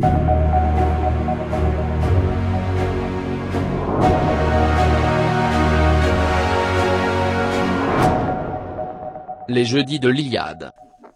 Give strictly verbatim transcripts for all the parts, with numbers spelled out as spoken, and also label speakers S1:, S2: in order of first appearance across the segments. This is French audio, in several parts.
S1: Les jeudis de l'Iliade.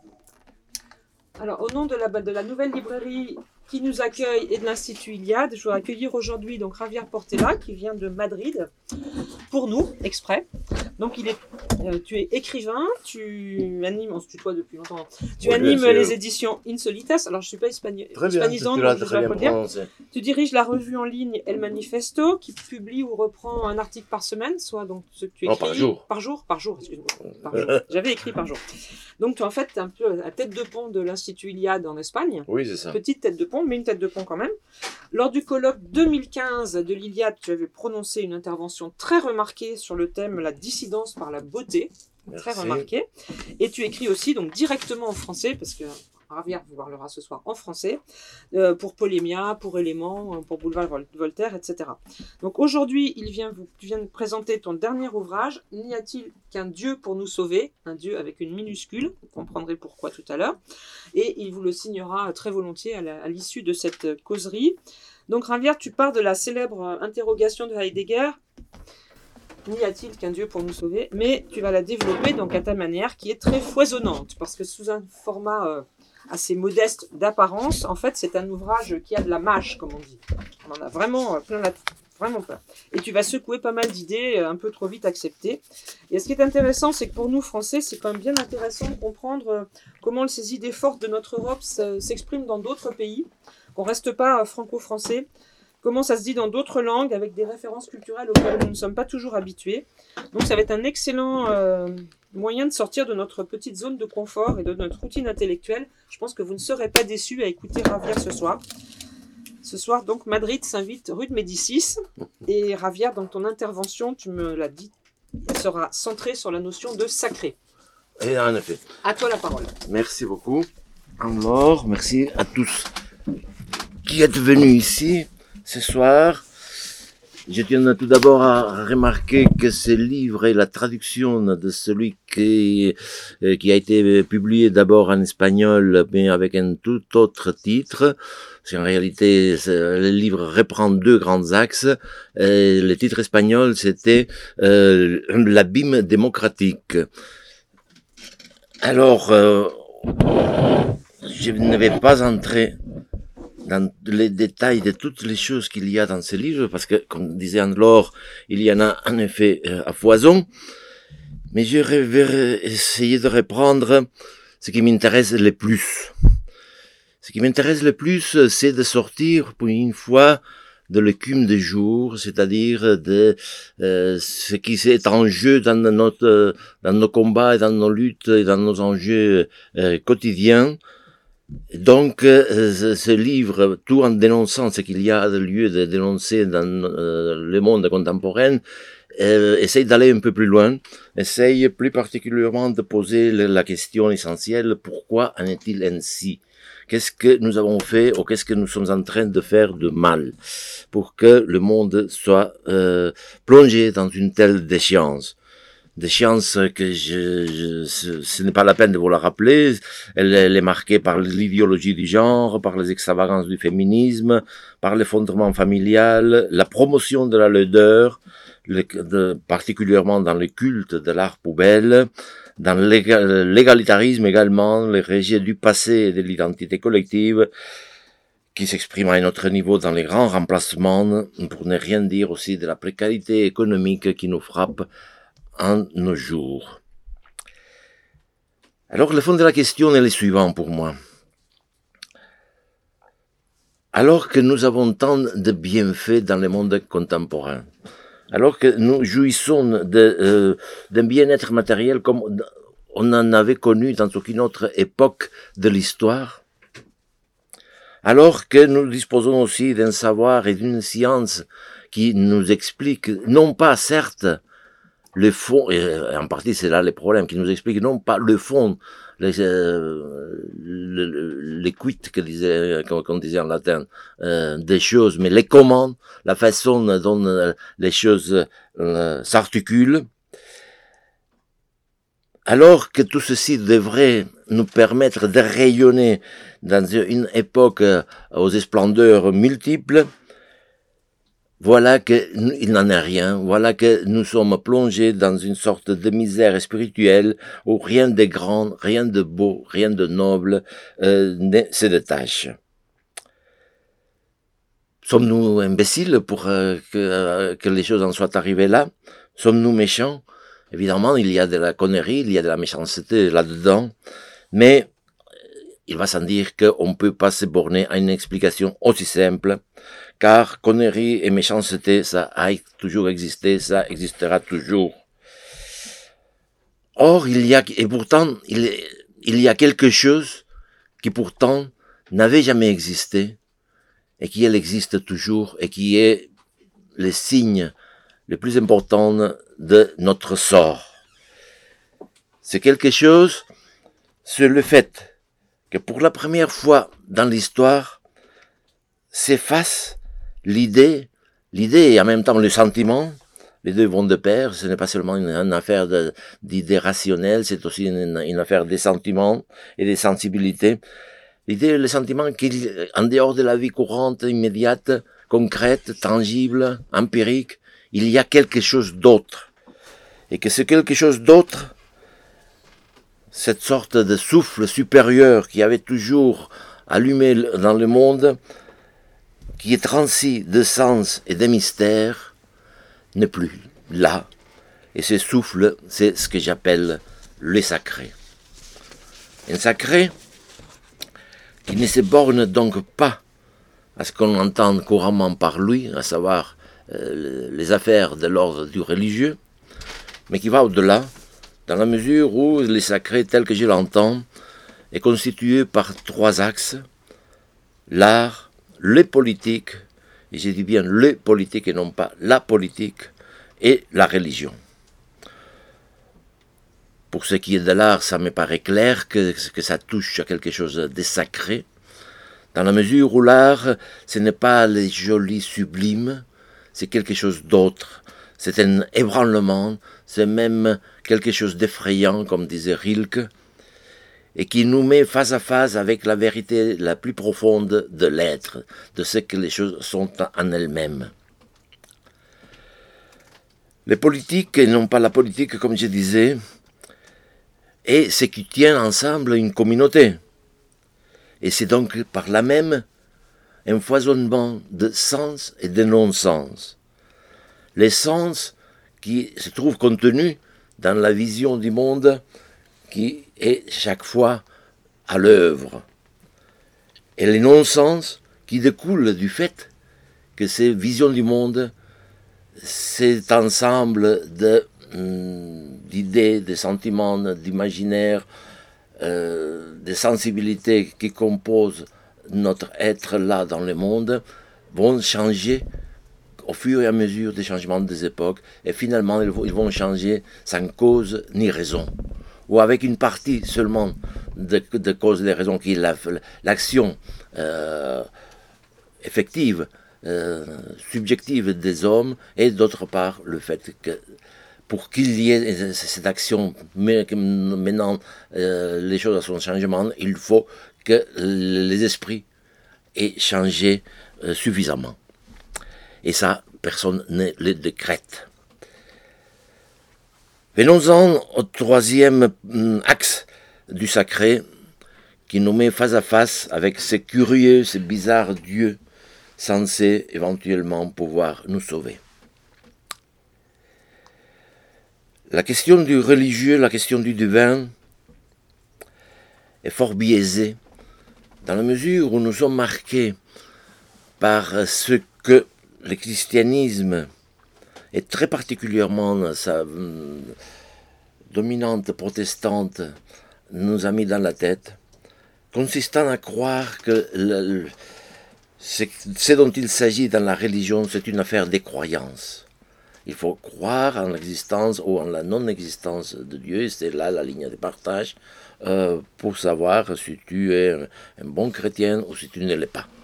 S2: Alors, au nom de la, de la nouvelle librairie qui nous accueille et de l'Institut Iliade, je voudrais accueillir aujourd'hui donc Javier Portela qui vient de Madrid pour nous, exprès. Donc, il est, euh, tu es écrivain, tu animes, on se tutoie depuis longtemps, tu oui, animes les éditions Insolitas. Alors, je ne suis pas espagnol, hispanisante, donc je dois pas dire. Tu diriges la revue en ligne El Manifesto qui publie ou reprend un article par semaine, soit donc ce que tu écris.
S3: Oh, par jour.
S2: Par jour, par jour, excuse-moi. Par jour. J'avais écrit par jour. Donc, tu en fait, es un peu la tête de pont de l'Institut Iliade en Espagne.
S3: Oui, c'est ça.
S2: Petite tête de pont, mais une tête de pont quand même. Lors du colloque deux mille quinze de l'Iliade, tu avais prononcé une intervention très remarquée sur le thème la dissidence par la beauté. Merci. Très remarquée. Et tu écris aussi donc directement en français, parce que Javier vous parlera ce soir en français, euh, pour Polémia, pour Éléments, pour Boulevard Voltaire, et cetera. Donc aujourd'hui, il vient vous, tu viens de présenter ton dernier ouvrage, N'y a-t-il qu'un Dieu pour nous sauver? Un Dieu avec une minuscule, vous comprendrez pourquoi tout à l'heure. Et il vous le signera très volontiers à, la, à l'issue de cette causerie. Donc Javier, tu pars de la célèbre interrogation de Heidegger, n'y a-t-il qu'un Dieu pour nous sauver? Mais tu vas la développer donc à ta manière, qui est très foisonnante, parce que sous un format euh, assez modeste d'apparence, en fait, c'est un ouvrage qui a de la mâche, comme on dit. On en a vraiment plein la vraiment plein. Et tu vas secouer pas mal d'idées un peu trop vite acceptées. Et ce qui est intéressant, c'est que pour nous, Français, c'est quand même bien intéressant de comprendre comment ces idées fortes de notre Europe s'expriment dans d'autres pays, qu'on ne reste pas franco-français, comment ça se dit dans d'autres langues, avec des références culturelles auxquelles nous ne sommes pas toujours habitués. Donc ça va être un excellent euh, moyen de sortir de notre petite zone de confort et de notre routine intellectuelle. Je pense que vous ne serez pas déçus à écouter Javier ce soir. Ce soir, donc, Madrid s'invite rue de Médicis. Et Javier, dans ton intervention, tu me l'as dit, elle sera centrée sur la notion de sacré.
S3: Et en effet.
S2: À toi la parole.
S3: Merci beaucoup. Alors, merci à tous qui êtes venus ici ce soir. Je tiens tout d'abord à remarquer que ce livre est la traduction de celui qui, qui a été publié d'abord en espagnol, mais avec un tout autre titre. En réalité, le livre reprend deux grands axes. Et le titre espagnol, c'était euh, l'abîme démocratique. Alors, euh, je ne vais pas entrer dans les détails de toutes les choses qu'il y a dans ce livre, parce que, comme disait Anne-Laure, il y en a en effet euh, à foison, mais je vais essayer de reprendre ce qui m'intéresse le plus. Ce qui m'intéresse le plus, c'est de sortir pour une fois de l'écume des jours, c'est-à-dire de euh, ce qui est en jeu dans notre, dans nos combats et dans nos luttes et dans nos enjeux euh, quotidiens. Donc, euh, ce livre, tout en dénonçant ce qu'il y a de lieu de dénoncer dans euh, le monde contemporain, euh, essaye d'aller un peu plus loin, essaye plus particulièrement de poser la question essentielle, pourquoi en est-il ainsi? Qu'est-ce que nous avons fait ou qu'est-ce que nous sommes en train de faire de mal pour que le monde soit euh, plongé dans une telle déchéance? Déchéance que je, je ce, ce n'est pas la peine de vous la rappeler. Elle, elle est marquée par l'idéologie du genre, par les extravagances du féminisme, par l'effondrement familial, la promotion de la laideur, le, de, particulièrement dans le culte de l'art poubelle, dans l'égalitarisme également, les rejet du passé et de l'identité collective, qui s'exprime à un autre niveau dans les grands remplacements, pour ne rien dire aussi de la précarité économique qui nous frappe en nos jours. Alors, le fond de la question est le suivant pour moi. Alors que nous avons tant de bienfaits dans le monde contemporain, alors que nous jouissons de, euh, d'un bien-être matériel comme on en avait connu dans aucune autre époque de l'histoire, alors que nous disposons aussi d'un savoir et d'une science qui nous explique, non pas certes, le fond, et en partie c'est là le problème, qui nous explique non pas le fond, les, euh, le, les quid que disait, qu'on disait en latin, euh, des choses, mais les comment, la façon dont euh, les choses euh, s'articulent. Alors que tout ceci devrait nous permettre de rayonner dans une époque aux splendeurs multiples, voilà qu'il n'en est rien, voilà que nous sommes plongés dans une sorte de misère spirituelle où rien de grand, rien de beau, rien de noble euh, ne se détache. Sommes-nous imbéciles pour euh, que, euh, que les choses en soient arrivées là? Sommes-nous méchants? Évidemment, il y a de la connerie, il y a de la méchanceté là-dedans, mais il va sans dire qu'on ne peut pas se borner à une explication aussi simple, car connerie et méchanceté, ça a toujours existé, ça existera toujours. Or, il y a, et pourtant, il, il y a quelque chose qui pourtant n'avait jamais existé, et qui elle existe toujours, et qui est le signe le plus important de notre sort. C'est quelque chose, c'est le fait que pour la première fois dans l'histoire, s'efface l'idée, l'idée et en même temps le sentiment, les deux vont de pair, ce n'est pas seulement une, une affaire de, d'idées rationnelles, c'est aussi une, une affaire des sentiments et des sensibilités. L'idée et le sentiment qu'en dehors de la vie courante, immédiate, concrète, tangible, empirique, il y a quelque chose d'autre. Et que ce quelque chose d'autre, cette sorte de souffle supérieur qui avait toujours allumé dans le monde, qui est transi de sens et de mystère, n'est plus là. Et ce souffle, c'est ce que j'appelle le sacré. Un sacré qui ne se borne donc pas à ce qu'on entend couramment par lui, à savoir euh, les affaires de l'ordre du religieux, mais qui va au-delà, dans la mesure où le sacré, tel que je l'entends, est constitué par trois axes: l'art, le politique, et je dis bien le politique et non pas la politique, et la religion. Pour ce qui est de l'art, ça me paraît clair que, que ça touche à quelque chose de sacré, dans la mesure où l'art, ce n'est pas les jolis sublimes, c'est quelque chose d'autre. C'est un ébranlement, c'est même quelque chose d'effrayant, comme disait Rilke, et qui nous met face à face avec la vérité la plus profonde de l'être, de ce que les choses sont en elles-mêmes. Les politiques, et non pas la politique, comme je disais, est ce qui tient ensemble une communauté. Et c'est donc par là même un foisonnement de sens et de non-sens. Les sens qui se trouvent contenus dans la vision du monde qui est chaque fois à l'œuvre. Et les non-sens qui découlent du fait que ces visions du monde, cet ensemble de, hum, d'idées, de sentiments, d'imaginaires, euh, de sensibilités qui composent notre être là dans le monde, vont changer au fur et à mesure des changements des époques, et finalement ils vont changer sans cause ni raison, ou avec une partie seulement de, de cause et de raison qui est la, l'action euh, effective, euh, subjective des hommes, et d'autre part le fait que pour qu'il y ait cette action menant euh, les choses à son changement, il faut que les esprits aient changé euh, suffisamment. Et ça, personne ne le décrète. Venons-en au troisième axe du sacré, qui nous met face à face avec ces curieux, ces bizarres dieux, censés éventuellement pouvoir nous sauver. La question du religieux, la question du divin, est fort biaisée, dans la mesure où nous sommes marqués par ce que le christianisme, et très particulièrement sa euh, dominante protestante, nous a mis dans la tête, consistant à croire que le, le, ce, ce dont il s'agit dans la religion, c'est une affaire des croyances. Il faut croire en l'existence ou en la non-existence de Dieu, et c'est là la ligne de partage, euh, pour savoir si tu es un, un bon chrétien ou si tu ne l'es pas.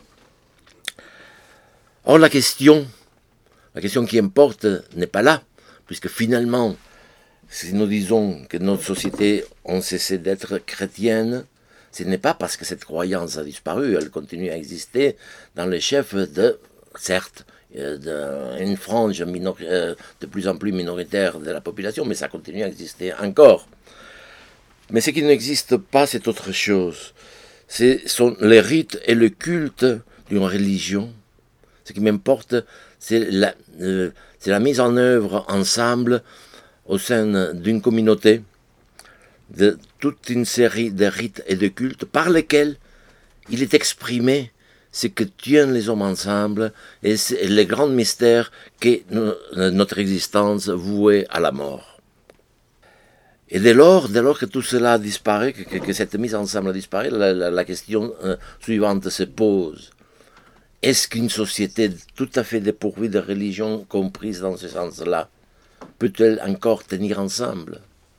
S3: Or, la question, la question qui importe n'est pas là, puisque finalement, si nous disons que notre société ont cessé d'être chrétienne, ce n'est pas parce que cette croyance a disparu, elle continue à exister dans les chefs de, certes, d'une frange minor, de plus en plus minoritaire de la population, mais ça continue à exister encore. Mais ce qui n'existe pas, c'est autre chose. Ce sont les rites et le culte d'une religion. Ce qui m'importe, c'est la, euh, c'est la mise en œuvre ensemble, au sein d'une communauté, de toute une série de rites et de cultes par lesquels il est exprimé ce que tiennent les hommes ensemble et les grands mystères qu'est notre existence vouée à la mort. Et dès lors, dès lors que tout cela disparaît, que, que cette mise ensemble disparaît, la, la, la question euh, suivante se pose. Est-ce qu'une société tout à fait dépourvue de religion comprise dans ce sens-là peut-elle encore tenir ensemble?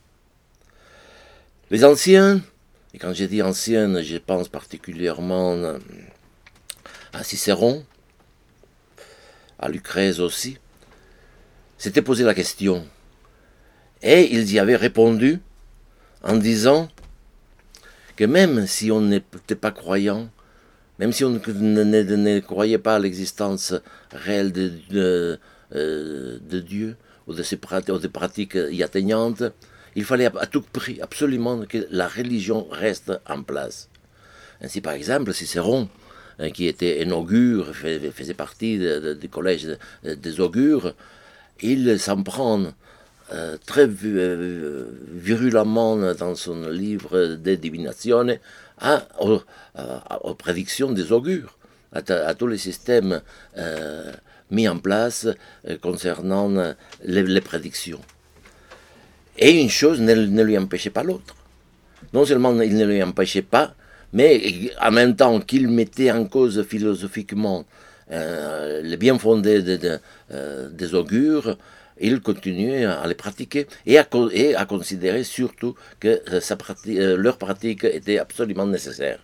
S3: Les anciens, et quand je dis anciens, je pense particulièrement à Cicéron, à Lucrèce aussi, s'étaient posé la question. Et ils y avaient répondu en disant que même si on n'était pas croyant, même si on ne, ne, ne croyait pas à l'existence réelle de, de, euh, de Dieu, ou de ses pratiques, ou des pratiques y atteignantes, il fallait à tout prix absolument que la religion reste en place. Ainsi, par exemple, Cicéron, qui était un augure, faisait partie de, de, du collège des augures, il s'en prend euh, très euh, virulemment dans son livre De Divinatione à, à, aux prédictions des augures, à, à tous les systèmes euh, mis en place euh, concernant les, les prédictions. Et une chose ne, ne lui empêchait pas l'autre. Non seulement il ne lui empêchait pas, mais en même temps qu'il mettait en cause philosophiquement euh, le bien fondé de, de, euh, des augures, il continuait à les pratiquer et à, et à considérer surtout que sa pratique, leur pratique était absolument nécessaire.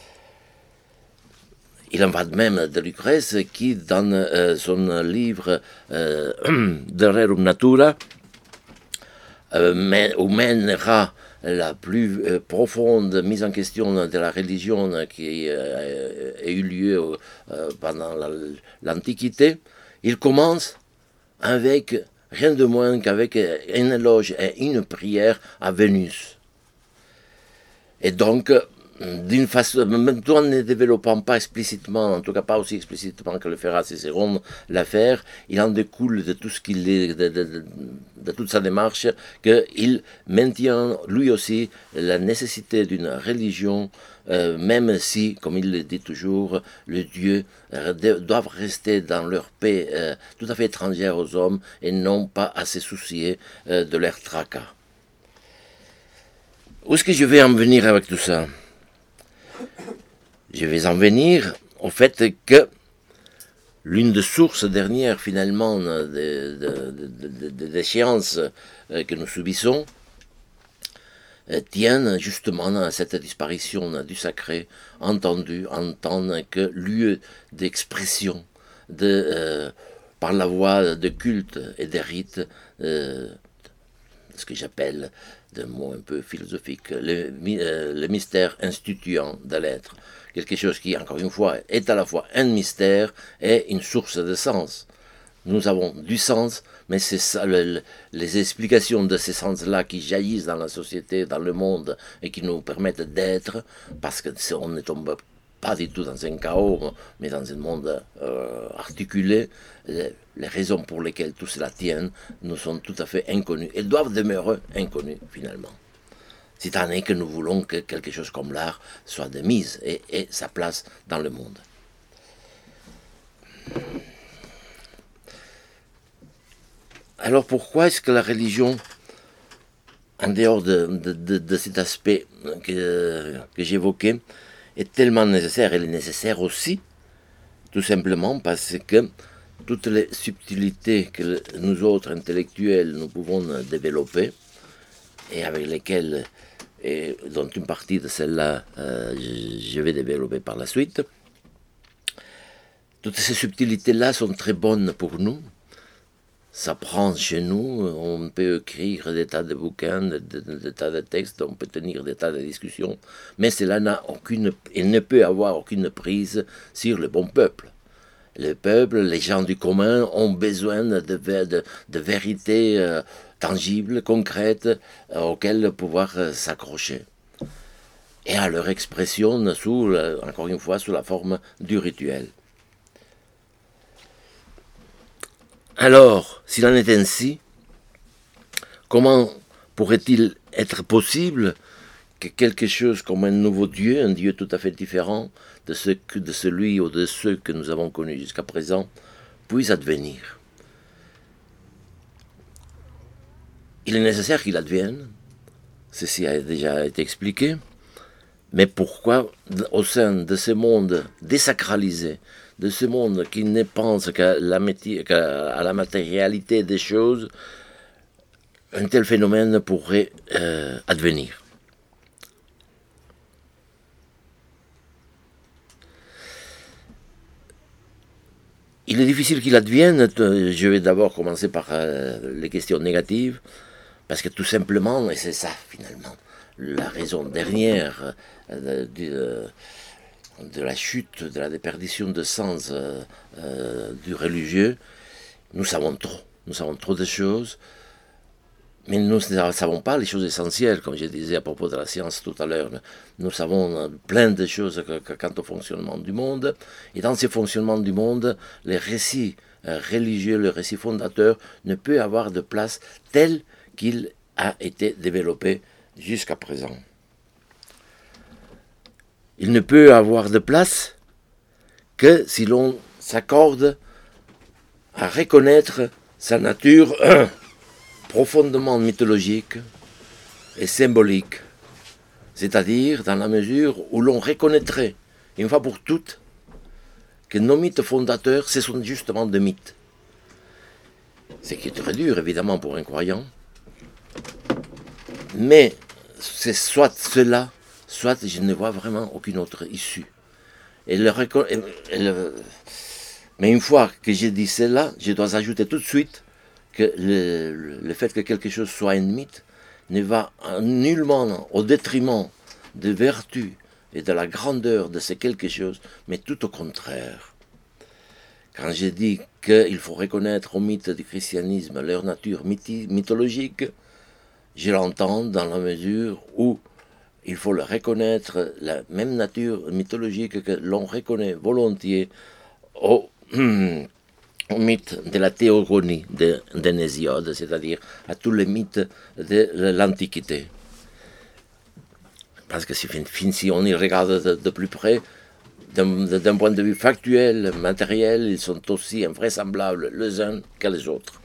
S3: Il en va de même de Lucrèce qui, dans euh, son livre euh, De Rerum Natura, euh, mène, ou mènera la plus euh, profonde mise en question de la religion qui euh, a eu lieu euh, pendant la, l'Antiquité, il commence avec rien de moins qu'avec un éloge et une prière à Vénus. Et donc, d'une façon, tout en ne développant pas explicitement, en tout cas pas aussi explicitement que le fera Cicéron l'affaire, il en découle de tout ce qu'il est, de, de, de, de toute sa démarche, qu'il maintient lui aussi la nécessité d'une religion, euh, même si, comme il le dit toujours, les dieux euh, doivent rester dans leur paix euh, tout à fait étrangère aux hommes et non pas à se soucier euh, de leur tracas. Où est-ce que je vais en venir avec tout ça ? Je vais en venir au fait que l'une des sources dernières finalement des de, de, de, d'échéances que nous subissons tiennent justement à cette disparition du sacré, entendu en tant que lieu d'expression de, euh, par la voie de culte et de rites, euh, ce que j'appelle de mots un peu philosophiques, le, euh, le mystère instituant de l'être. Quelque chose qui, encore une fois, est à la fois un mystère et une source de sens. Nous avons du sens, mais c'est ça, le, les explications de ces sens-là qui jaillissent dans la société, dans le monde, et qui nous permettent d'être, parce qu'on ne tombe pas du tout dans un chaos, mais dans un monde euh, articulé, les, les raisons pour lesquelles tout cela tient nous sont tout à fait inconnues. Elles doivent demeurer inconnues, finalement. Si tant est que nous voulons que quelque chose comme l'art soit de mise et ait sa place dans le monde. Alors pourquoi est-ce que la religion, en dehors de, de, de, de cet aspect que, que j'évoquais, est tellement nécessaire? Elle est nécessaire aussi, tout simplement parce que toutes les subtilités que nous autres intellectuels nous pouvons développer, et avec lesquelles, et dont une partie de celle-là euh, je vais développer par la suite, toutes ces subtilités-là sont très bonnes pour nous, s'apprend chez nous, on peut écrire des tas de bouquins, des, des, des tas de textes, on peut tenir des tas de discussions, mais cela n'a aucune, il ne peut avoir aucune prise sur le bon peuple. Le peuple, les gens du commun ont besoin de, de, de vérités euh, tangibles, concrètes, euh, auxquelles pouvoir euh, s'accrocher. Et à leur expression, sous, euh, encore une fois, sous la forme du rituel. Alors, s'il en est ainsi, comment pourrait-il être possible que quelque chose comme un nouveau Dieu, un Dieu tout à fait différent de, ce que, de celui ou de ceux que nous avons connus jusqu'à présent, puisse advenir? Il est nécessaire qu'il advienne, ceci a déjà été expliqué, mais pourquoi au sein de ce monde désacralisé, de ce monde qui ne pense qu'à la, qu'à la matérialité des choses, un tel phénomène pourrait euh, advenir? Il est difficile qu'il advienne. Je vais d'abord commencer par euh, les questions négatives, parce que tout simplement, et c'est ça finalement, la raison dernière euh, de, de la chute, de la déperdition de sens euh, euh, du religieux, nous savons trop. Nous savons trop de choses, mais nous ne savons pas les choses essentielles, comme je disais à propos de la science tout à l'heure. Nous savons plein de choses quant au fonctionnement du monde, et dans ce fonctionnement du monde, les récits religieux, le récit fondateur ne peut avoir de place tel qu'il a été développé jusqu'à présent. Il ne peut avoir de place que si l'on s'accorde à reconnaître sa nature profondément mythologique et symbolique, c'est-à-dire dans la mesure où l'on reconnaîtrait, une fois pour toutes, que nos mythes fondateurs, ce sont justement des mythes. Ce qui est très dur, évidemment, pour un croyant, mais c'est soit cela, soit je ne vois vraiment aucune autre issue. Et le, et le, mais une fois que j'ai dit cela, je dois ajouter tout de suite que le, le fait que quelque chose soit un mythe ne va nullement au détriment des vertus et de la grandeur de ce quelque chose, mais tout au contraire. Quand j'ai dit qu'il faut reconnaître aux mythes du christianisme leur nature mythi, mythologique, je l'entends dans la mesure où il faut le reconnaître la même nature mythologique que l'on reconnaît volontiers au, au mythe de la théogonie d'Hésiode, c'est-à-dire à tous les mythes de l'Antiquité. Parce que si, si on y regarde de, de plus près, d'un point de vue factuel, matériel, ils sont aussi invraisemblables les uns que les autres.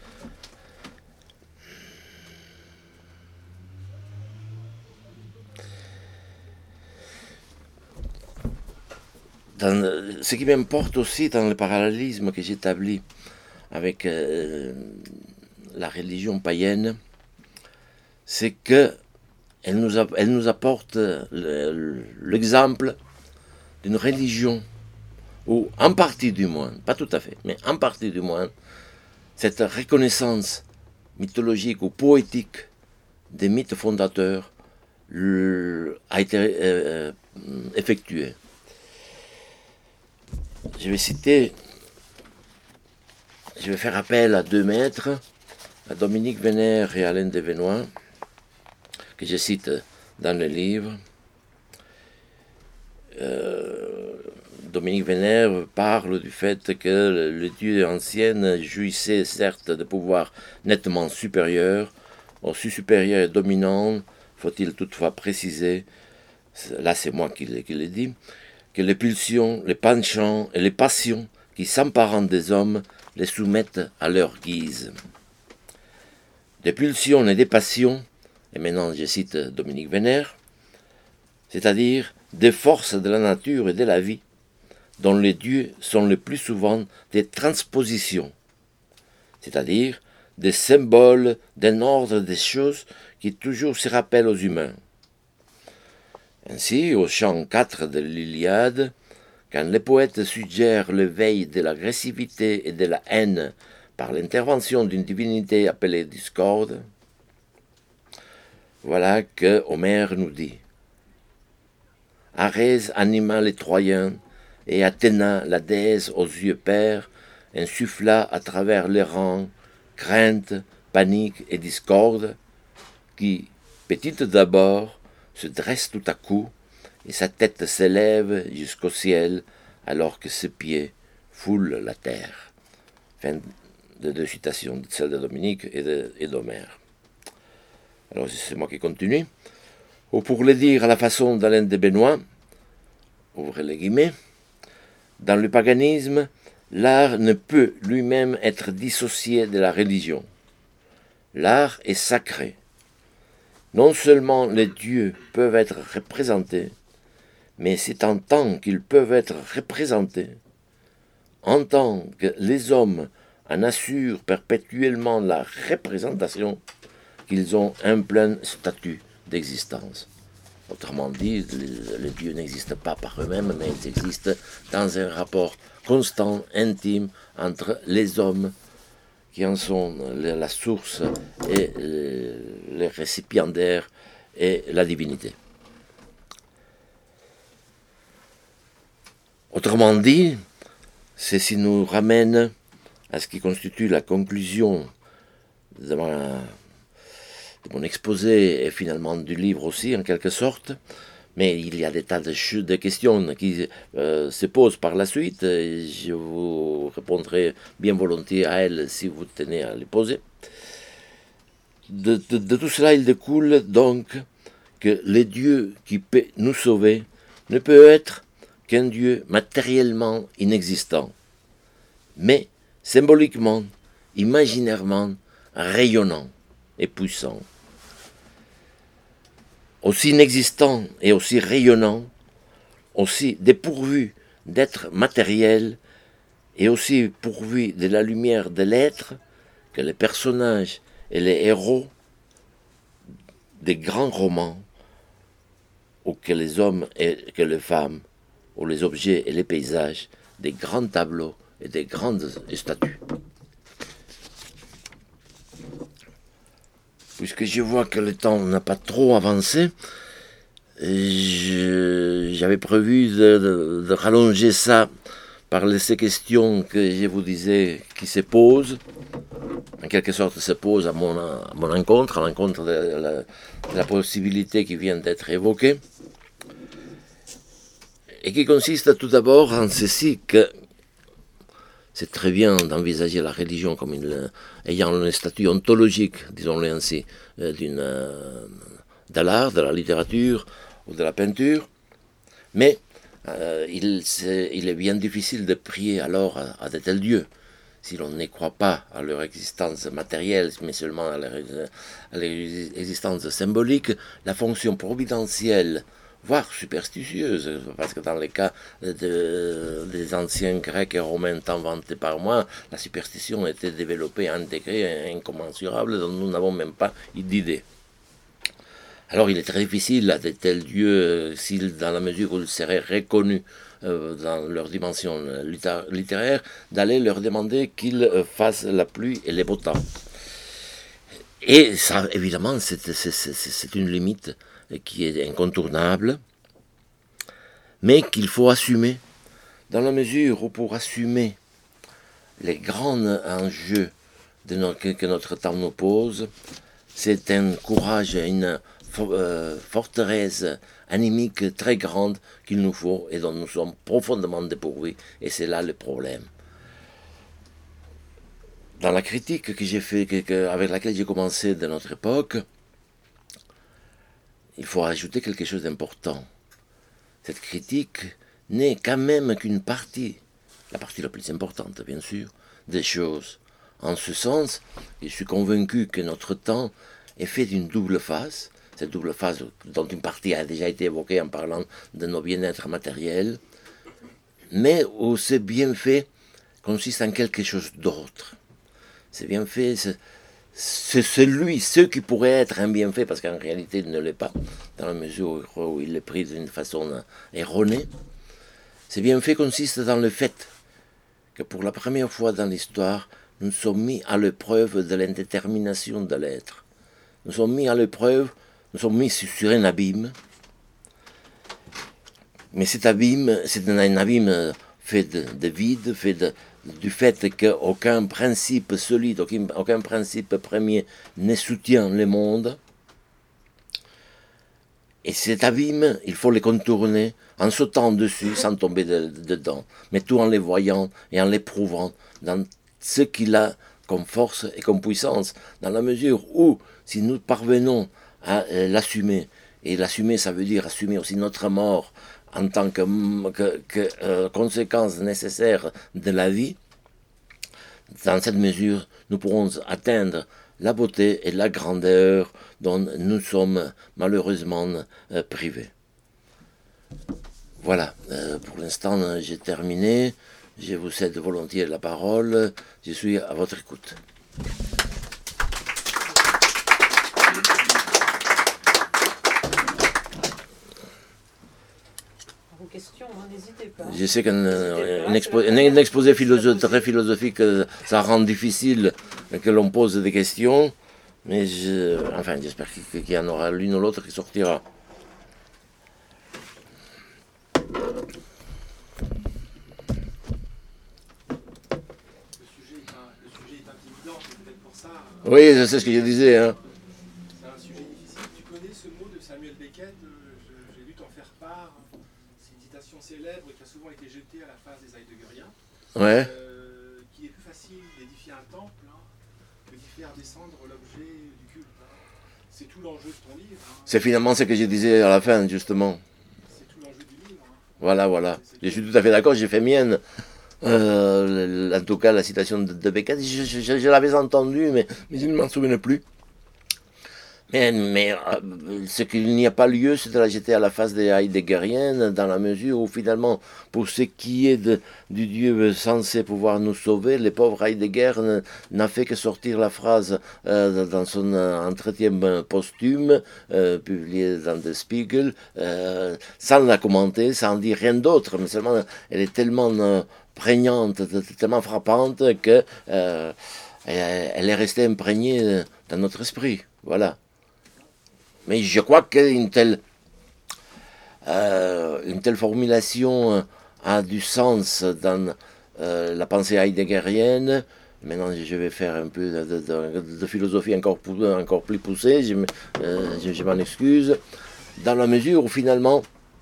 S3: Dans, ce qui m'importe aussi dans le parallélisme que j'établis avec euh, la religion païenne, c'est que elle nous, a, elle nous apporte l'exemple d'une religion où, en partie du moins, pas tout à fait, mais en partie du moins, cette reconnaissance mythologique ou poétique des mythes fondateurs le, a été euh, effectuée. Je vais citer, je vais faire appel à deux maîtres, à Dominique Vénère et Alain Devenois, que je cite dans le livre. Euh, Dominique Vénère parle du fait que le dieu ancien jouissait certes de pouvoirs nettement supérieurs, aussi supérieurs et dominants, faut-il toutefois préciser, là c'est moi qui l'ai dit, que les pulsions, les penchants et les passions qui s'emparent des hommes les soumettent à leur guise. Des pulsions et des passions, et maintenant je cite Dominique Vénère, c'est-à-dire des forces de la nature et de la vie, dont les dieux sont le plus souvent des transpositions, c'est-à-dire des symboles d'un ordre des choses qui toujours se rappellent aux humains. Ainsi, au chant quatre de l'Iliade, quand les poètes suggèrent l'éveil de l'agressivité et de la haine par l'intervention d'une divinité appelée Discorde, voilà que Homère nous dit. Arès anima les Troyens, et Athéna, la déesse aux yeux pères, insuffla à travers les rangs crainte, panique et discorde, qui, petite d'abord, se dresse tout à coup, et sa tête s'élève jusqu'au ciel, alors que ses pieds foulent la terre. Fin de deux citations, celle de Dominique et d'Homère. Alors c'est moi qui continue. Ou pour le dire à la façon d'Alain de Benoît, ouvrez les guillemets, dans le paganisme, l'art ne peut lui-même être dissocié de la religion. L'art est sacré. Non seulement les dieux peuvent être représentés, mais c'est en tant qu'ils peuvent être représentés, en tant que les hommes en assurent perpétuellement la représentation, qu'ils ont un plein statut d'existence. Autrement dit, les, les dieux n'existent pas par eux-mêmes, mais ils existent dans un rapport constant, intime, entre les hommes qui en sont la source et les récipiendaires et la divinité. Autrement dit, ceci nous ramène à ce qui constitue la conclusion de, ma, de mon exposé et finalement du livre aussi en quelque sorte, mais il y a des tas de, de questions qui euh, se posent par la suite et je vous répondrai bien volontiers à elles si vous tenez à les poser. De, de, de tout cela, il découle donc que le Dieu qui peut nous sauver ne peut être qu'un Dieu matériellement inexistant, mais symboliquement, imaginairement, rayonnant et puissant. Aussi inexistant et aussi rayonnant, aussi dépourvu d'être matériel et aussi pourvu de la lumière de l'être que les personnages et les héros des grands romans ou que les hommes et que les femmes ou les objets et les paysages des grands tableaux et des grandes statues. Puisque je vois que le temps n'a pas trop avancé, je, j'avais prévu de, de, de rallonger ça par les, ces questions que je vous disais qui se posent, en quelque sorte se posent à mon, à mon encontre, à l'encontre de la, de la possibilité qui vient d'être évoquée, et qui consiste tout d'abord en ceci que c'est très bien d'envisager la religion comme une, ayant un statut ontologique, disons-le ainsi, d'une, de l'art, de la littérature ou de la peinture, mais euh, il, c'est, il est bien difficile de prier alors à, à de tels dieux, si l'on ne croit pas à leur existence matérielle, mais seulement à leur, à leur existence symbolique. La fonction providentielle, voire superstitieuse, parce que dans les cas de, des anciens Grecs et Romains tant vantés par moi, la superstition était développée à un degré incommensurable dont nous n'avons même pas d'idée. Alors il est très difficile à de tels dieux, s'ils, dans la mesure où ils seraient reconnus euh, dans leur dimension littéraire, d'aller leur demander qu'ils fassent la pluie et les beaux temps. Et ça, évidemment, c'est, c'est, c'est, c'est une limite qui est incontournable, mais qu'il faut assumer, dans la mesure où pour assumer les grands enjeux de notre, que, que notre temps nous pose, c'est un courage, une euh, forteresse animique très grande qu'il nous faut et dont nous sommes profondément dépourvus, et c'est là le problème. Dans la critique que j'ai fait, que, que, avec laquelle j'ai commencé de notre époque, il faut rajouter quelque chose d'important. Cette critique n'est quand même qu'une partie, la partie la plus importante bien sûr, des choses. En ce sens, je suis convaincu que notre temps est fait d'une double face, cette double face dont une partie a déjà été évoquée en parlant de nos bien-être matériels, mais où ce bienfait consiste en quelque chose d'autre. Ce bienfait, c'est c'est celui, ce qui pourrait être un bienfait, parce qu'en réalité il ne l'est pas, dans la mesure où il est pris d'une façon erronée. Ce bienfait consiste dans le fait que pour la première fois dans l'histoire, nous sommes mis à l'épreuve de l'indétermination de l'être. Nous sommes mis à l'épreuve, nous sommes mis sur un abîme. Mais cet abîme, c'est un, un abîme fait de, de vide, fait de, du fait qu'aucun principe solide, aucun, aucun principe premier ne soutient le monde. Et cet abîme, il faut le contourner en sautant dessus sans tomber de, de, dedans, mais tout en les voyant et en l'éprouvant dans ce qu'il a comme force et comme puissance, dans la mesure où, si nous parvenons à euh, l'assumer, et l'assumer, ça veut dire assumer aussi notre mort en tant que, que, que euh, conséquence nécessaire de la vie, dans cette mesure, nous pourrons atteindre la beauté et la grandeur dont nous sommes malheureusement euh, privés. Voilà, euh, pour l'instant j'ai terminé, je vous cède volontiers la parole, je suis à votre écoute.
S2: Vos questions, hein, n'hésitez pas.
S3: Je sais qu'un un expo, un, un exposé philosophe, très philosophique, ça rend difficile que l'on pose des questions, mais je, enfin, j'espère qu'il y en aura l'une ou l'autre qui sortira. Oui, je sais ce que je disais. Hein.
S4: C'est un sujet difficile. Tu connais ce mot de Samuel Beckett, j'ai vu t'en faire part. C'est une citation célèbre qui a souvent été jetée à la face des Heideggeriens.
S3: Ouais.
S4: Euh, qu'il est plus facile d'édifier un temple hein, que d'y faire descendre l'objet du culte. Hein. C'est tout l'enjeu de ton livre. Hein.
S3: C'est finalement ce que je disais à la fin, justement.
S4: C'est tout l'enjeu du livre. Hein.
S3: Voilà, voilà. Je suis tout à fait d'accord, j'ai fait mienne. Euh, en tout cas, la citation de, de Beckett, je, je, je, je l'avais entendue, mais, mais je ne m'en souviens plus. Mais, mais euh, ce qu'il n'y a pas lieu, c'est de la jeter à la face des Heideggeriens, dans la mesure où finalement, pour ce qui est de, du Dieu censé pouvoir nous sauver, le pauvre Heidegger n'a fait que sortir la phrase euh, dans son entretien posthume, euh, publié dans Der Spiegel, euh, sans la commenter, sans dire rien d'autre, mais seulement elle est tellement euh, prégnante, tellement frappante que euh, elle est restée imprégnée dans notre esprit. Voilà. Mais je crois qu'une telle, euh, une telle formulation a du sens dans euh, la pensée heideggerienne. Maintenant, je vais faire un peu de, de, de philosophie encore, encore plus poussée, je, euh, je, je m'en excuse, dans la mesure où finalement,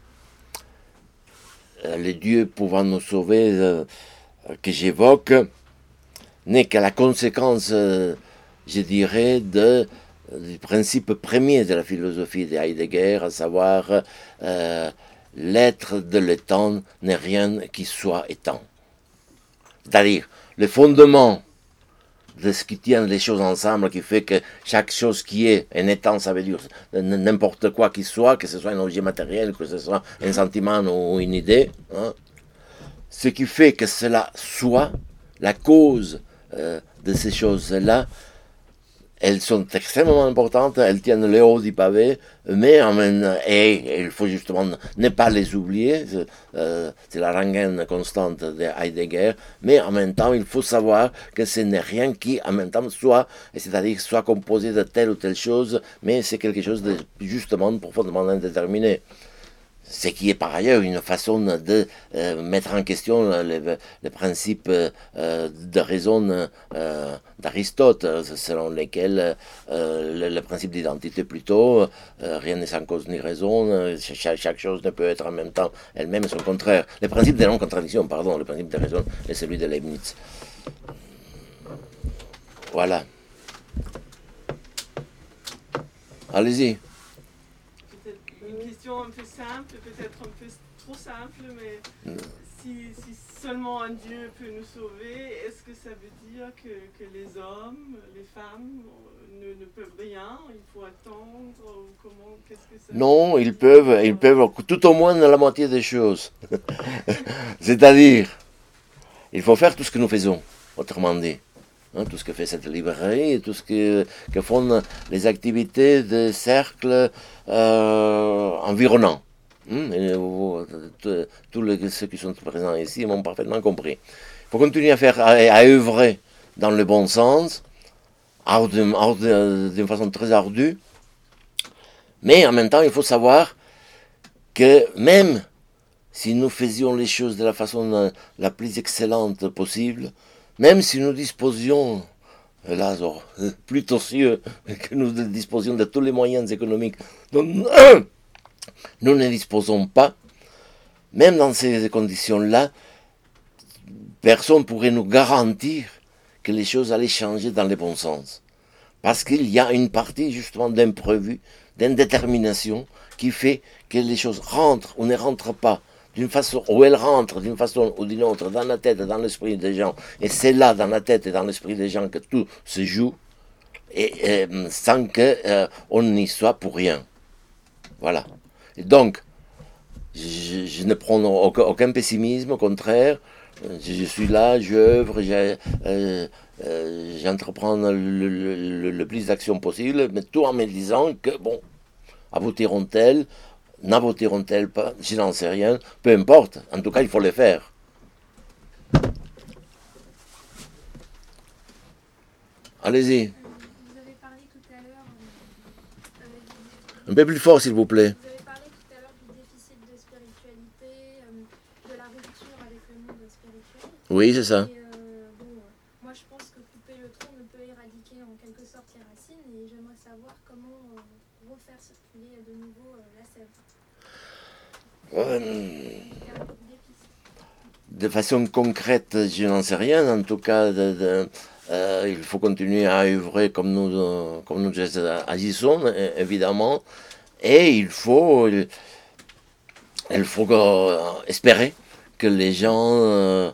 S3: euh, les dieux pouvant nous sauver, euh, que j'évoque, n'est qu'à la conséquence, euh, je dirais, de du principe premier de la philosophie de Heidegger, à savoir euh, l'être de l'étant n'est rien qui soit étant. C'est-à-dire le fondement de ce qui tient les choses ensemble, qui fait que chaque chose qui est un étant, ça veut dire n'importe quoi qui soit, que ce soit un objet matériel, que ce soit un sentiment ou une idée, hein, ce qui fait que cela soit la cause euh, de ces choses-là. Elles sont extrêmement importantes, elles tiennent le haut du pavé, mais en même, et il faut justement ne pas les oublier, c'est, euh, c'est la rengaine constante de Heidegger, mais en même temps, il faut savoir que ce n'est rien qui, en même temps, soit, c'est-à-dire soit composé de telle ou telle chose, mais c'est quelque chose de justement profondément indéterminé. Ce qui est par ailleurs une façon de euh, mettre en question le, le principe euh, de raison euh, d'Aristote, selon lequel euh, le, le principe d'identité plutôt, euh, rien n'est sans cause ni raison, chaque, chaque chose ne peut être en même temps elle-même son contraire. Le principe de non-contradiction, pardon, le principe de raison est celui de Leibniz. Voilà. Allez-y.
S5: Une question un peu simple, peut-être un peu trop simple, mais si, si seulement un Dieu peut nous sauver, est-ce que ça veut dire que, que les hommes, les femmes ne, ne peuvent rien, il faut attendre, ou comment, qu'est-ce que ça
S3: Non, ils peuvent, ils peuvent tout au moins la moitié des choses. C'est-à-dire, il faut faire tout ce que nous faisons, autrement dit. Hein, tout ce que fait cette librairie, tout ce que, que font les activités de cercles euh, environnants. Hum, et, euh, tous les, ceux qui sont présents ici m'ont parfaitement compris. Il faut continuer à faire, à, à œuvrer dans le bon sens, ardu, ardu, d'une façon très ardue. Mais en même temps, il faut savoir que même si nous faisions les choses de la façon la plus excellente possible, même si nous disposions, hélas, oh, plutôt sûr que nous disposions de tous les moyens économiques dont nous ne disposons pas, même dans ces conditions-là, personne ne pourrait nous garantir que les choses allaient changer dans le bon sens. Parce qu'il y a une partie justement d'imprévu, d'indétermination, qui fait que les choses rentrent ou ne rentrent pas d'une façon, ou elles rentrent d'une façon ou d'une autre dans la tête et dans l'esprit des gens. Et c'est là, dans la tête et dans l'esprit des gens, que tout se joue, et, et sans qu'on euh, n'y soit pour rien. Voilà. Et donc, je, je ne prends aucun, aucun pessimisme, au contraire. Je, je suis là, j'œuvre, j'ai, euh, euh, j'entreprends le, le, le, le plus d'actions possible, mais tout en me disant que, bon, aboutiront-elles, n'aboutiront-elles pas, je n'en sais rien, peu importe, en tout cas, il faut les faire. Allez-y.
S6: Vous avez parlé tout à l'heure...
S3: Euh, Un peu plus fort, s'il vous plaît.
S6: Vous avez parlé tout à l'heure du déficit de spiritualité, euh, de la rupture avec le monde spirituel.
S3: Oui, c'est ça.
S6: Et, euh, bon, moi, je pense que couper le tronc ne peut éradiquer en quelque sorte les racines, et j'aimerais savoir comment euh, refaire circuler de nouveau euh, la sève.
S3: Euh, de façon concrète, je n'en sais rien. En tout cas, de, de, euh, il faut continuer à œuvrer comme nous, euh, comme nous agissons, évidemment. Et il faut, il, il faut euh, espérer que les gens euh,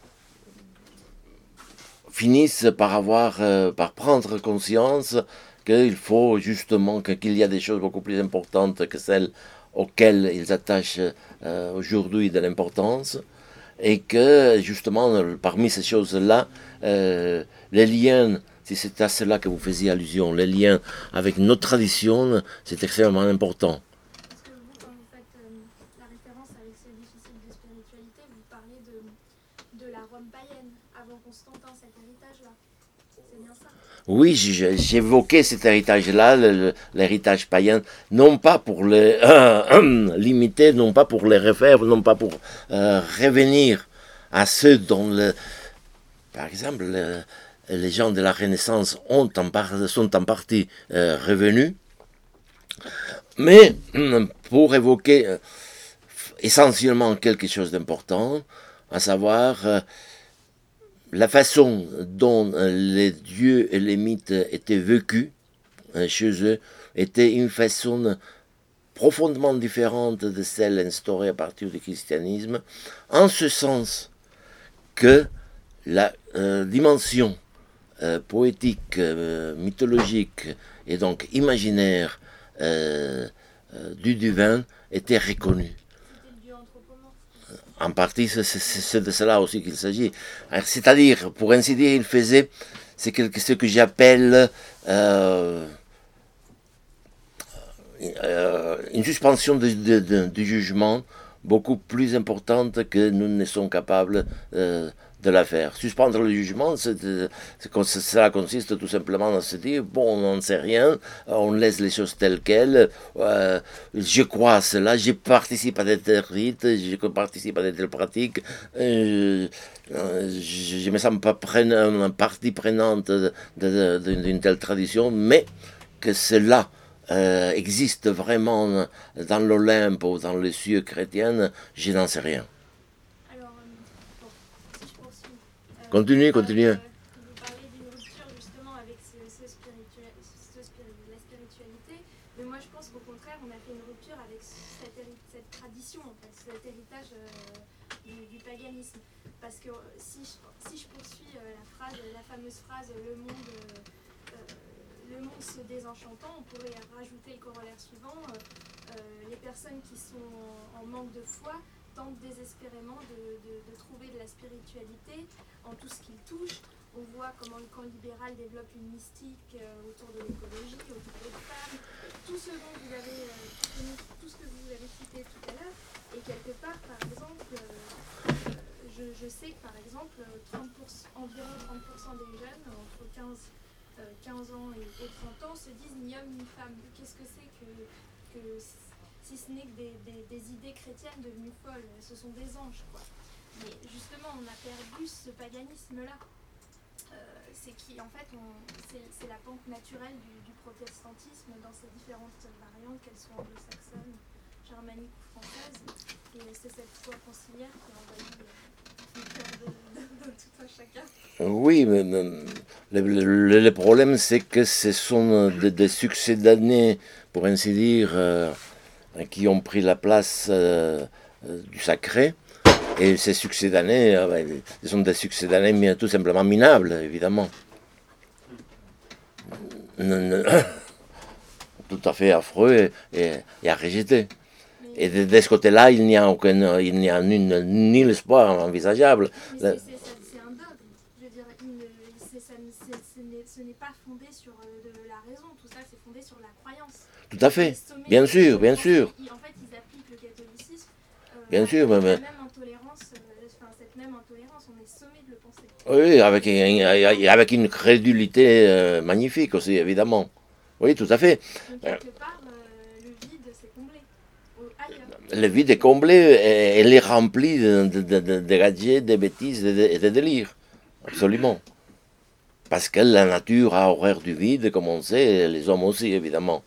S3: finissent par avoir, euh, par prendre conscience qu'il faut justement qu'il y a des choses beaucoup plus importantes que celles auxquelles ils attachent euh, aujourd'hui de l'importance, et que justement parmi ces choses-là, euh, les liens, si c'est à cela que vous faisiez allusion, les liens avec nos traditions, c'est extrêmement important.
S6: Parce que vous, quand vous faites euh, la référence avec ce déficit de spiritualité, vous parlez de, de la Rome païenne, avant Constantin, cet héritage-là. C'est bien ça?
S3: Oui, j'évoquais cet héritage-là, l'héritage païen, non pas pour les euh, limiter, non pas pour les refaire, non pas pour euh, revenir à ceux dont, le, par exemple, le, les gens de la Renaissance ont en par, sont en partie euh, revenus, mais pour évoquer euh, essentiellement quelque chose d'important, à savoir... Euh, la façon dont les dieux et les mythes étaient vécus chez eux était une façon profondément différente de celle instaurée à partir du christianisme, en ce sens que la euh, dimension euh, poétique, euh, mythologique et donc imaginaire euh, euh, du divin était reconnue. En partie, c'est de cela aussi qu'il s'agit. C'est-à-dire, pour ainsi dire, il faisait c'est ce que j'appelle euh, euh, une suspension de, de, de, de jugement beaucoup plus importante que nous ne sommes capables euh, de la faire. Suspendre le jugement, c'est, c'est, cela consiste tout simplement à se dire, bon, on n'en sait rien, on laisse les choses telles quelles, euh, je crois à cela, je participe à de tels rites, je participe à de telles pratiques, euh, je ne me sens pas prenant, partie prenante de, de, de, d'une telle tradition, mais que cela euh, existe vraiment dans l'Olympe ou dans les cieux chrétiens, je n'en sais rien. Continue, continue.
S6: Vous parlez d'une rupture justement avec ce, ce spirituel, ce spiri, la spiritualité, mais moi je pense qu'au contraire on a fait une rupture avec cette, cette tradition, en fait, cet héritage euh, du, du paganisme. Parce que si je, si je poursuis euh, la phrase, la fameuse phrase le monde, euh, le monde se désenchantant, on pourrait rajouter le corollaire suivant, euh, euh, les personnes qui sont en, en manque de foi tentent désespérément de, de, de trouver de la spiritualité en tout ce qu'ils touchent. On voit comment le camp libéral développe une mystique euh, autour de l'écologie, autour des femmes, tout ce dont vous avez, euh, tout ce que vous avez cité tout à l'heure. Et quelque part, par exemple, euh, je, je sais que par exemple, trente pour cent, environ trente pour cent des jeunes entre quinze, euh, quinze ans et, et trente ans se disent ni homme ni femme. Qu'est-ce que c'est que, que si ce n'est que des, des, des idées chrétiennes devenues folles? Ce sont des anges, quoi. Mais justement, on a perdu ce paganisme-là. Euh, c'est qui, en fait, on, c'est, c'est la pente naturelle du, du protestantisme dans ses différentes variantes, qu'elles soient anglo-saxonnes, germaniques ou françaises. Et c'est cette foi conciliaire qui envahit le cœur de, de, de tout un chacun.
S3: Oui, mais, mais le, le, le problème, c'est que ce sont des, des succès d'années, pour ainsi dire, euh, qui ont pris la place euh, du sacré. Et ces succès d'années, euh, ben, ce sont des succès d'années mais tout simplement minables, évidemment. Tout à fait affreux et, et, et à rejeter. Et de, de ce côté-là, il n'y a, aucun, il n'y a ni, ni l'espoir envisageable.
S6: Mais c'est, c'est, c'est un dogme. Je veux dire, il, c'est, ça, c'est, ce, n'est, ce n'est pas fondé sur de la raison. Tout ça, c'est fondé sur la croyance.
S3: Tout à fait. Bien sûr, bien sûr.
S6: Ils, en fait, ils appliquent le catholicisme. Euh,
S3: bien sûr, mais...
S6: La même intolérance, euh, enfin, cette même intolérance, on est sommé de le penser.
S3: Oui, avec, avec une crédulité euh, magnifique aussi, évidemment. Oui, tout à fait.
S6: Donc, quelque part, euh, le vide, c'est comblé. Ailleurs.
S3: Le vide est comblé et elle est remplie de, de, de, de, de gadgets, de bêtises et de, et de délires. Absolument. Parce que la nature a horreur du vide, comme on sait, et les hommes aussi, évidemment.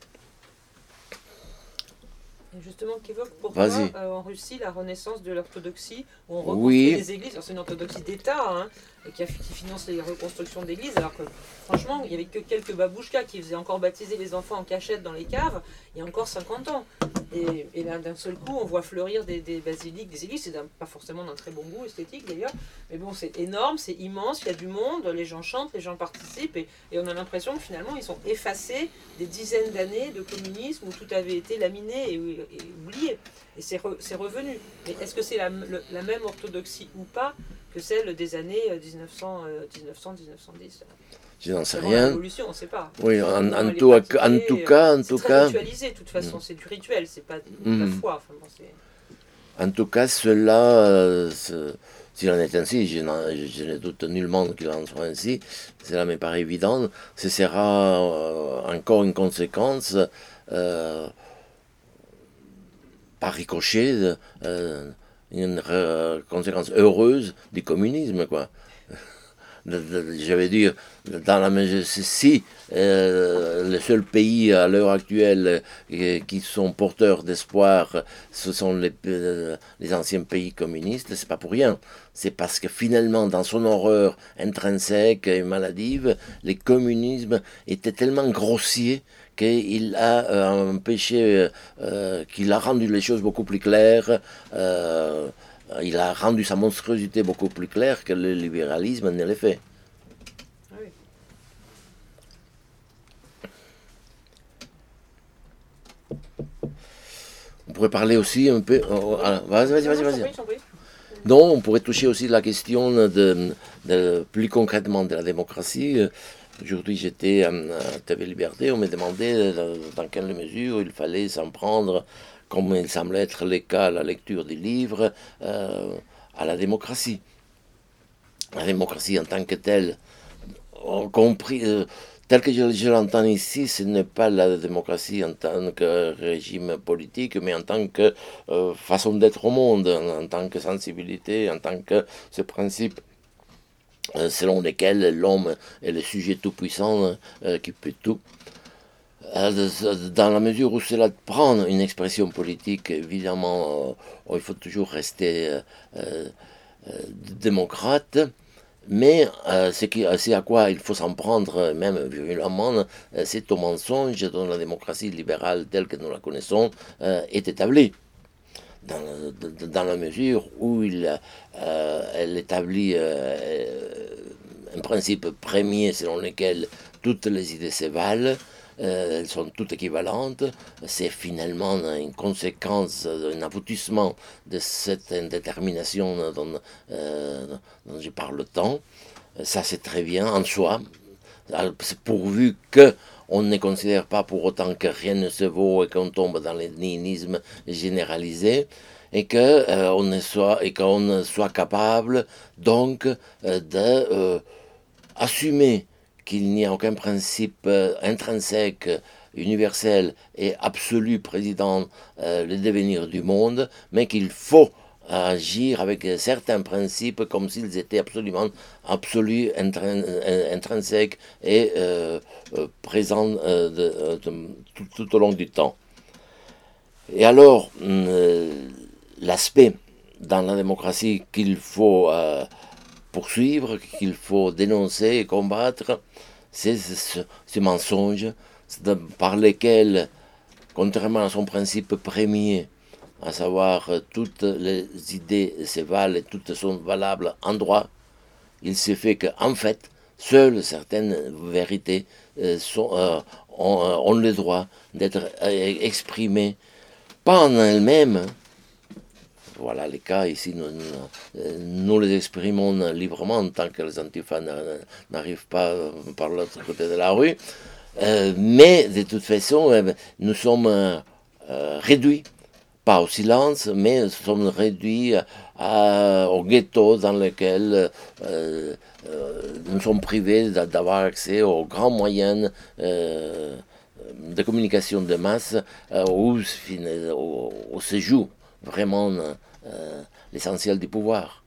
S2: Et justement, qu'évoque pourquoi euh, en Russie la renaissance de l'orthodoxie, où on reconstruit
S3: oui.
S2: des églises, alors c'est une orthodoxie d'État, hein, qui, a, qui finance les reconstructions d'églises, alors que franchement, il n'y avait que quelques babouchkas qui faisaient encore baptiser les enfants en cachette dans les caves, il y a encore cinquante ans. Et, et là, d'un seul coup, on voit fleurir des, des basiliques, des églises, c'est pas forcément d'un très bon goût esthétique d'ailleurs, mais bon, c'est énorme, c'est immense, il y a du monde, les gens chantent, les gens participent, et, et on a l'impression que finalement, ils sont effacés des dizaines d'années de communisme où tout avait été laminé et, et oublié. Et c'est, re, c'est revenu. Mais est-ce que c'est la, le, la même orthodoxie ou pas que celle des années dix-neuf cents, dix-neuf cents, dix-neuf cent dix?
S3: Je n'en sais
S2: Avant
S3: rien.
S2: L'évolution, on ne sait pas.
S3: Oui, en, en, tout, en tout cas, en tout
S2: c'est
S3: cas.
S2: C'est ritualisé, de toute façon, mm. c'est du rituel, c'est pas de
S3: mm.
S2: la foi. Enfin, bon, c'est...
S3: En tout cas, cela, euh, s'il en est ainsi, je, je ne doute nullement qu'il en soit ainsi, cela me paraît évident, ce sera euh, encore une conséquence euh, par ricochet, euh, une euh, conséquence heureuse du communisme, quoi. Je vais dire, dans la mesure, si euh, les seuls pays à l'heure actuelle euh, qui sont porteurs d'espoir, ce sont les, euh, les anciens pays communistes, c'est pas pour rien. C'est parce que finalement, dans son horreur intrinsèque et maladive, le communisme était tellement grossier qu'il a euh, empêché, euh, qu'il a rendu les choses beaucoup plus claires. Euh, Il a rendu sa monstruosité beaucoup plus claire que le libéralisme ne l'a fait.
S2: Ah oui.
S3: On pourrait parler aussi un peu... Oh, ah, vas-y, vas-y, vas-y, vas-y. Non, on pourrait toucher aussi la question de, de, plus concrètement de la démocratie. Aujourd'hui, j'étais à T V Liberté, on me demandait dans quelle mesure il fallait s'en prendre, comme il semble être le cas à la lecture des livres, euh, à la démocratie. La démocratie en tant que telle, compris, euh, telle que je, je l'entends ici, ce n'est pas la démocratie en tant que régime politique, mais en tant que euh, façon d'être au monde, en, en tant que sensibilité, en tant que ce principe euh, selon lequel l'homme est le sujet tout-puissant euh, qui peut tout. Dans la mesure où cela prend une expression politique, évidemment, euh, il faut toujours rester euh, euh, démocrate, mais euh, ce qui, c'est à quoi il faut s'en prendre, même violemment, c'est au mensonge dont la démocratie libérale telle que nous la connaissons euh, est établie. Dans, dans la mesure où il, euh, elle établit euh, un principe premier selon lequel toutes les idées se valent, Euh, elles sont toutes équivalentes, c'est finalement une conséquence, un aboutissement de cette indétermination dont, euh, dont je parle tant. Ça c'est très bien en soi, pourvu qu'on ne considère pas pour autant que rien ne se vaut et qu'on tombe dans le nihilisme généralisé. et que euh, on soit et qu'on soit capable donc euh, de euh, assumer qu'il n'y a aucun principe euh, intrinsèque, universel et absolu président euh, le devenir du monde, mais qu'il faut agir avec certains principes comme s'ils étaient absolument absolus, intrin intrinsèques et euh, euh, présents euh, de, de, tout, tout au long du temps. Et alors, euh, l'aspect dans la démocratie qu'il faut euh, poursuivre, qu'il faut dénoncer et combattre, c'est ce, ce mensonge par lequel, contrairement à son principe premier, à savoir toutes les idées se valent et toutes sont valables en droit, il se fait qu'en fait, seules certaines vérités euh, sont, euh, ont, ont le droit d'être euh, exprimées, pas en elles-mêmes. Voilà les cas, ici nous, nous, nous les exprimons librement tant que les antifas n'arrivent pas par l'autre côté de la rue, euh, mais de toute façon, euh, nous sommes euh, réduits, pas au silence, mais nous sommes réduits à, au ghetto dans lequel euh, euh, nous sommes privés d'avoir accès aux grands moyens euh, de communication de masse euh, où, où, où se joue vraiment euh, l'essentiel du pouvoir.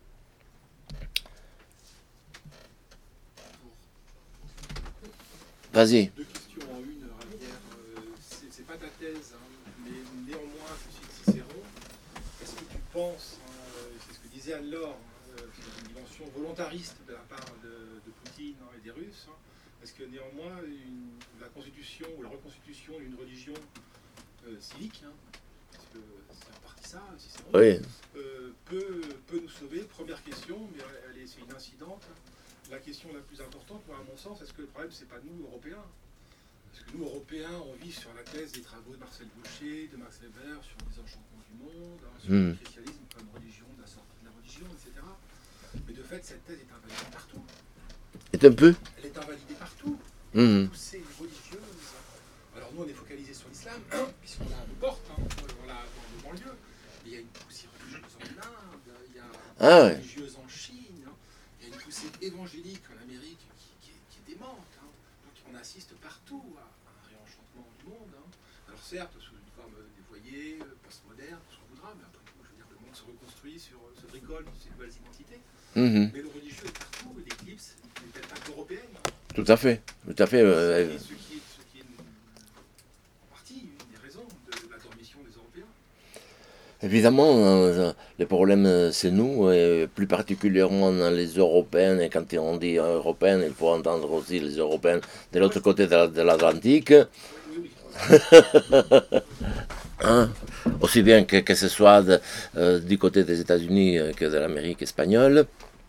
S3: Vas-y.
S4: Deux questions en une, Ravière. Euh, c'est pas ta thèse, hein, mais néanmoins, je suis de Cicéron. Est-ce que tu penses, hein, c'est ce que disait Anne-Laure, hein, une dimension volontariste de la part de, de Poutine hein, et des Russes, hein, est-ce que néanmoins une, la constitution ou la reconstitution d'une religion euh, civique, hein, parce que c'est en partie ça, Cicéron,
S3: oui.
S4: euh, peut, peut nous sauver? Première question, mais c'est une incidente. La question la plus importante, moi, à mon sens, est-ce que le problème, c'est pas nous, Européens? Parce que nous, Européens, on vit sur la thèse des travaux de Marcel Boucher, de Max Weber, sur les enchantements du monde, hein, sur mm. le christianisme comme religion, de la sortie de la religion, et cetera. Mais de fait, cette thèse est invalidée partout.
S3: est un peu
S4: Elle est invalidée partout.
S3: Mmh.
S4: Poussée religieuse. Alors nous, on est focalisé sur l'islam, hein, puisqu'on a nos portes, hein, on l'a dans nos banlieues. Mais il y a une poussée religieuse en Inde, il y a une
S3: ah, ouais.
S4: religieuse en Chine, hein, il y a une poussée évangélique en Amérique qui, qui, est, qui est démente. Hein. Donc on assiste partout à, à un réenchantement du monde. Hein. Alors certes, sous une forme dévoyée, postmoderne, tout ce qu'on voudra, mais après tout, je veux dire, le monde se reconstruit, sur, se bricole, sur ces nouvelles identités. Mmh. Mais le religieux est partout, et l'éclipse n'est peut-être pas qu'européenne.
S3: Tout à fait, tout à fait. Euh,
S4: ce, qui, ce, qui est, ce qui est une, en partie une des raisons de la dormition des Européens.
S3: Évidemment, euh, le problème c'est nous, et plus particulièrement les Européens, et quand on dit Européens, il faut entendre aussi les Européens de l'autre côté de l'Atlantique.
S4: Oui, oui, oui.
S3: Hein? Aussi bien que, que ce soit de, euh, du côté des États-Unis que de l'Amérique espagnole.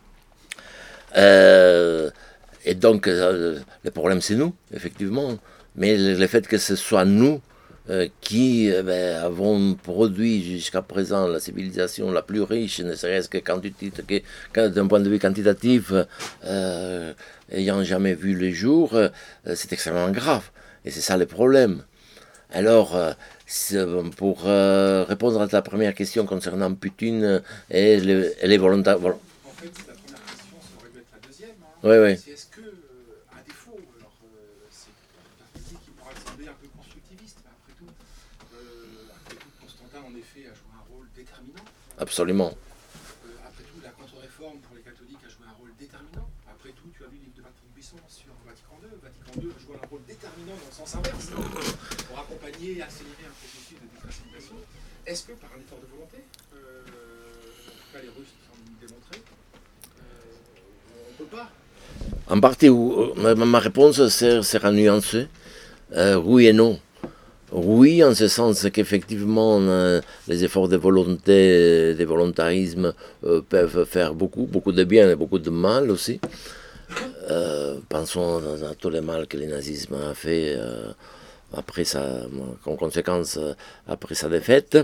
S3: Euh, Et donc, euh, le problème, c'est nous, effectivement. Mais le, le fait que ce soit nous euh, qui euh, ben, avons produit jusqu'à présent la civilisation la plus riche, ne serait-ce que, que, que d'un point de vue quantitatif, euh, ayant jamais vu le jour, euh, c'est extrêmement grave. Et c'est ça le problème. Alors, euh, pour euh, répondre à ta première question concernant Poutine et, le, et les volontaires...
S4: En fait, la première question, ça aurait dû être la deuxième. Hein.
S3: Oui, oui.
S4: C'est est-ce que, euh, à défaut, alors euh, c'est une perspective qui pourra sembler un peu constructiviste, mais après tout, euh, après tout, Constantin, en effet, a joué un rôle déterminant.
S3: Absolument.
S4: Euh, après tout, la contre-réforme pour les catholiques a joué un rôle déterminant. Après tout, tu as lu le livre de Patrick Buisson sur Vatican deux. Vatican deux a joué un rôle déterminant dans le sens inverse, pour accompagner et accélérer un processus de déclassification. Est-ce que, par un effort de volonté, euh, en tout cas les Russes sont démontrés, euh, on ne peut pas.
S3: En partie, ma réponse sera nuancée. Euh, oui et non. Oui, en ce sens qu'effectivement, euh, les efforts de volonté, de volontarisme euh, peuvent faire beaucoup, beaucoup de bien et beaucoup de mal aussi. Euh, pensons à tout le mal que le nazisme a fait euh, après sa, en conséquence après sa défaite.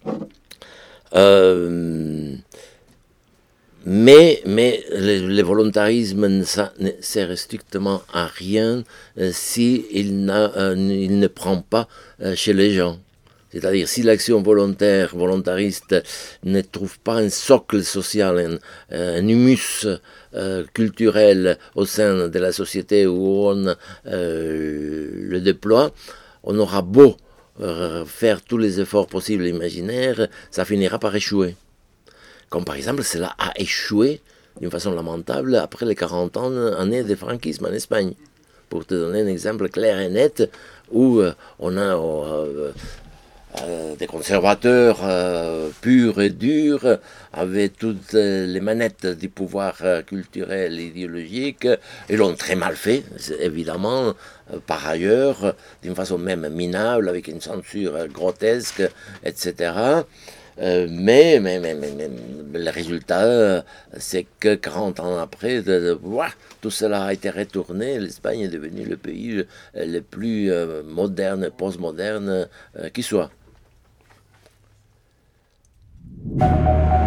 S3: Euh, Mais, mais le, le volontarisme ne, ne sert strictement à rien euh, s'il euh, il ne prend pas euh, chez les gens. C'est-à-dire, si l'action volontaire, volontariste ne trouve pas un socle social, un, un humus euh, culturel au sein de la société où on euh, le déploie, on aura beau euh, faire tous les efforts possibles et imaginaires, ça finira par échouer. Comme par exemple, cela a échoué d'une façon lamentable après les quarante ans années de franquisme en Espagne. Pour te donner un exemple clair et net, où euh, on a euh, euh, des conservateurs euh, purs et durs, avec toutes les manettes du pouvoir euh, culturel et idéologique, et l'ont très mal fait, évidemment, euh, par ailleurs, d'une façon même minable, avec une censure grotesque, et cetera. Euh, mais, mais, mais, mais, mais le résultat, euh, c'est que quarante ans après, de, de, ouah, tout cela a été retourné. L'Espagne est devenue le pays le plus euh, moderne, post-moderne euh, qui soit.